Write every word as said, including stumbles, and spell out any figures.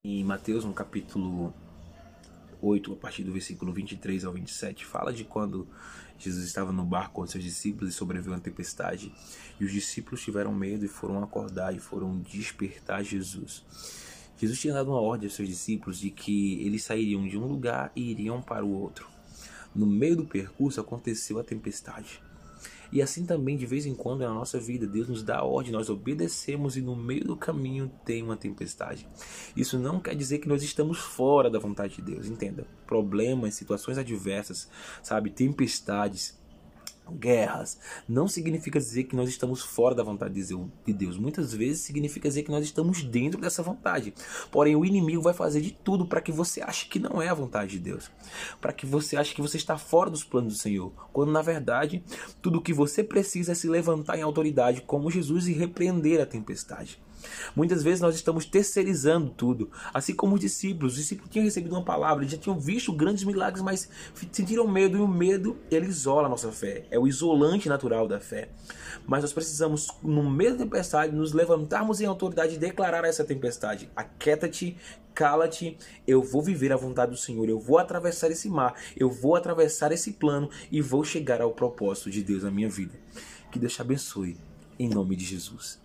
Em Mateus, no capítulo oito, a partir do versículo vinte e três ao vinte e sete, fala de quando Jesus estava no barco com seus discípulos e sobreveio uma tempestade. E os discípulos tiveram medo e foram acordar e foram despertar Jesus. Jesus tinha dado uma ordem aos seus discípulos de que eles sairiam de um lugar e iriam para o outro. No meio do percurso aconteceu a tempestade. E assim também, de vez em quando, na nossa vida, Deus nos dá a ordem, nós obedecemos e no meio do caminho tem uma tempestade. Isso não quer dizer que nós estamos fora da vontade de Deus, entenda. Problemas, situações adversas, sabe, tempestades, guerras, não significa dizer que nós estamos fora da vontade de Deus. Muitas vezes significa dizer que nós estamos dentro dessa vontade. Porém, o inimigo vai fazer de tudo para que você ache que não é a vontade de Deus, para que você ache que você está fora dos planos do Senhor, quando na verdade tudo o que você precisa é se levantar em autoridade como Jesus e repreender a tempestade. Muitas vezes nós estamos terceirizando tudo, assim como os discípulos. Os discípulos tinham recebido uma palavra, eles já tinham visto grandes milagres, mas sentiram medo, e o medo, ele isola a nossa fé, é o isolante natural da fé. Mas nós precisamos, no meio da tempestade, nos levantarmos em autoridade e declarar a essa tempestade: aquieta-te, cala-te, eu vou viver a vontade do Senhor, eu vou atravessar esse mar, eu vou atravessar esse plano e vou chegar ao propósito de Deus na minha vida. Que Deus te abençoe, em nome de Jesus.